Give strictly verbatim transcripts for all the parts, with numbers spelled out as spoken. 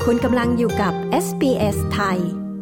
คุณกำลังอยู่กับ เอส บี เอส ไทย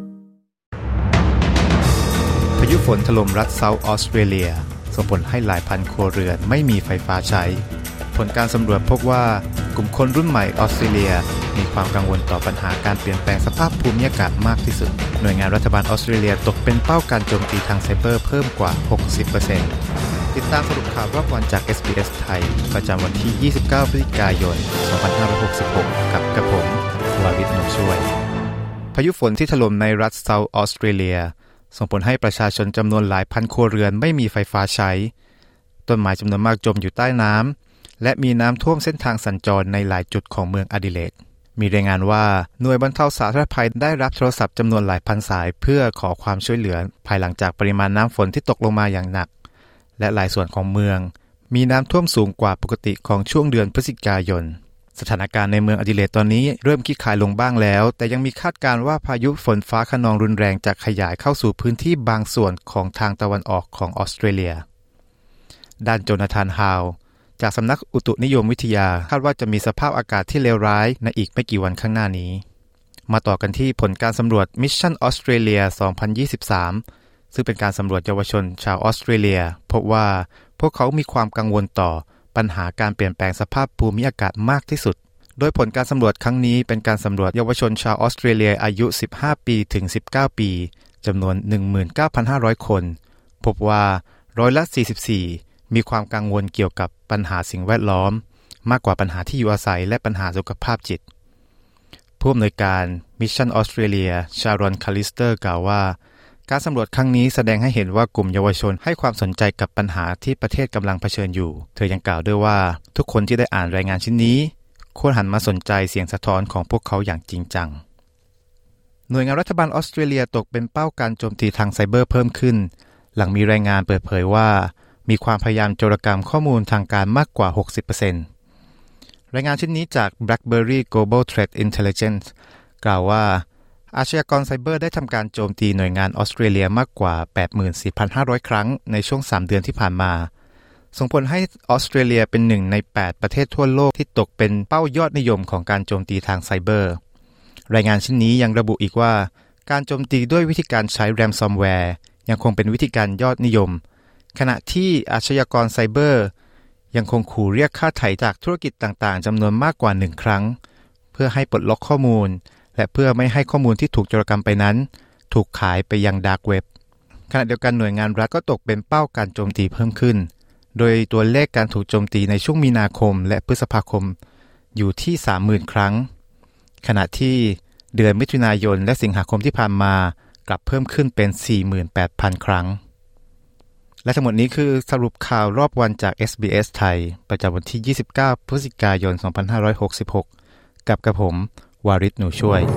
พายุฝนถล่มรัฐเซาท์ออสเตรเลียส่งผลให้หลายพันครัวเรือนไม่มีไฟฟ้าใช้ผลการสำรวจพบว่ากลุ่มคนรุ่นใหม่ออสเตรเลียมีความกังวลต่อปัญหาการเปลี่ยนแปลงสภาพภูมิอากาศมากที่สุดหน่วยงานรัฐบาลออสเตรเลียตกเป็นเป้าการโจมตีทางไซเบอร์เพิ่มกว่า หกสิบเปอร์เซ็นต์ ติดตามสรุปข่าวรอบวันจาก เอส บี เอส ไทยประจำวันที่ ยี่สิบเก้า พฤศจิกายน สองพันห้าร้อยหกสิบหก กับกระผมวาริศ หนูช่วยพายุฝนที่ถล่มในรัฐเซาท์ออสเตรเลียส่งผลให้ประชาชนจำนวนหลายพันครัวเรือนไม่มีไฟฟ้าใช้ต้นไม้จำนวนมากจมอยู่ใต้น้ำและมีน้ำท่วมเส้นทางสัญจรในหลายจุดของเมืองอดิเลดมีรายงานว่าหน่วยบรรเทาสาธารณภัยได้รับโทรศัพท์จำนวนหลายพันสายเพื่อขอความช่วยเหลือภายหลังจากปริมาณน้ำฝนที่ตกลงมาอย่างหนักและหลายส่วนของเมืองมีน้ำท่วมสูงกว่าปกติของช่วงเดือนพฤศจิกายนสถานการณ์ในเมืองอดิเลดตอนนี้เริ่มคลี่คลายลงบ้างแล้วแต่ยังมีคาดการณ์ว่าพายุฝนฟ้าคะนองรุนแรงจะขยายเข้าสู่พื้นที่บางส่วนของทางตะวันออกของออสเตรเลียด้านโจนาธานฮาวจากสำนักอุตุนิยมวิทยาคาดว่าจะมีสภาพอากาศที่เลวร้ายในอีกไม่กี่วันข้างหน้านี้มาต่อกันที่ผลการสำรวจ Mission Australia สองพันยี่สิบสามซึ่งเป็นการสำรวจเยาวชนชาวออสเตรเลียพบว่าพวกเขามีความกังวลต่อปัญหาการเปลี่ยนแปลงสภาพภูมิอากาศมากที่สุดโดยผลการสำรวจครั้งนี้เป็นการสำรวจเยาวชนชาวออสเตรเลียอายุสิบห้าปีถึงสิบเก้าปีจำนวน หนึ่งหมื่นเก้าพันห้าร้อย คนพบว่าร้อยละสี่สิบสี่มีความกังวลเกี่ยวกับปัญหาสิ่งแวดล้อมมากกว่าปัญหาที่อยู่อาศัยและปัญหาสุขภาพจิตผู้อำนวยการ Mission Australia ชารอน คาลิสเตอร์กล่าวว่าการสำรวจครั้งนี้แสดงให้เห็นว่ากลุ่มเยาวชนให้ความสนใจกับปัญหาที่ประเทศกำลังเผชิญอยู่เธอยังกล่าวด้วยว่าทุกคนที่ได้อ่านรายงานชิ้นนี้ควรหันมาสนใจเสียงสะท้อนของพวกเขาอย่างจริงจังหน่วยงานรัฐบาลออสเตรเลียตกเป็นเป้าการโจมตีทางไซเบอร์เพิ่มขึ้นหลังมีรายงานเปิดเผยว่ามีความพยายามโจรกรรมข้อมูลทางการมากกว่า หกสิบเปอร์เซ็นต์ รายงานชิ้นนี้จาก BlackBerry Global Threat Intelligence กล่าวว่าอาชญากรไซเบอร์ได้ทำการโจมตีหน่วยงานออสเตรเลียมากกว่า แปดหมื่นสี่พันห้าร้อย ครั้งในช่วงสามเดือนที่ผ่านมาส่งผลให้ออสเตรเลียเป็นหนึ่งในแปดประเทศทั่วโลกที่ตกเป็นเป้ายอดนิยมของการโจมตีทางไซเบอร์รายงานชิ้นนี้ยังระบุอีกว่าการโจมตีด้วยวิธีการใช้แรมซอมแวร์ยังคงเป็นวิธีการยอดนิยมขณะที่อาชญากรไซเบอร์ยังคงขู่เรียกค่าไถ่จากธุรกิจต่างๆจำนวนมากกว่าหนึ่งครั้งเพื่อให้ปลดล็อกข้อมูลและเพื่อไม่ให้ข้อมูลที่ถูกโจรกรรมไปนั้นถูกขายไปยังดาร์กเว็บขณะเดียวกันหน่วยงานรัฐก็ตกเป็นเป้าการโจมตีเพิ่มขึ้นโดยตัวเลขการถูกโจมตีในช่วงมีนาคมและพฤษภาคมอยู่ที่ สามหมื่น ครั้งขณะที่เดือนมิถุนายนและสิงหาคมที่ผ่านมากลับเพิ่มขึ้นเป็น สี่หมื่นแปดพัน ครั้งและทั้งหมดนี้คือสรุปข่าวรอบวันจาก เอส บี เอส ไทยประจำวันที่ ยี่สิบเก้า พฤศจิกายน สองพันห้าร้อยหกสิบหก กับกระผมวาริศ หนูช่วย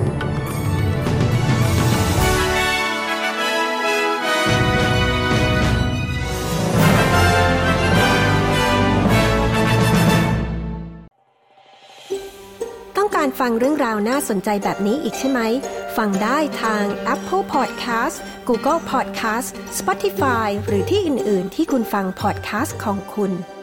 ต้องการฟังเรื่องราวน่าสนใจแบบนี้อีกใช่ไหมฟังได้ทาง Apple Podcast Google Podcast Spotify หรือที่อื่นๆที่คุณฟัง podcast ของคุณ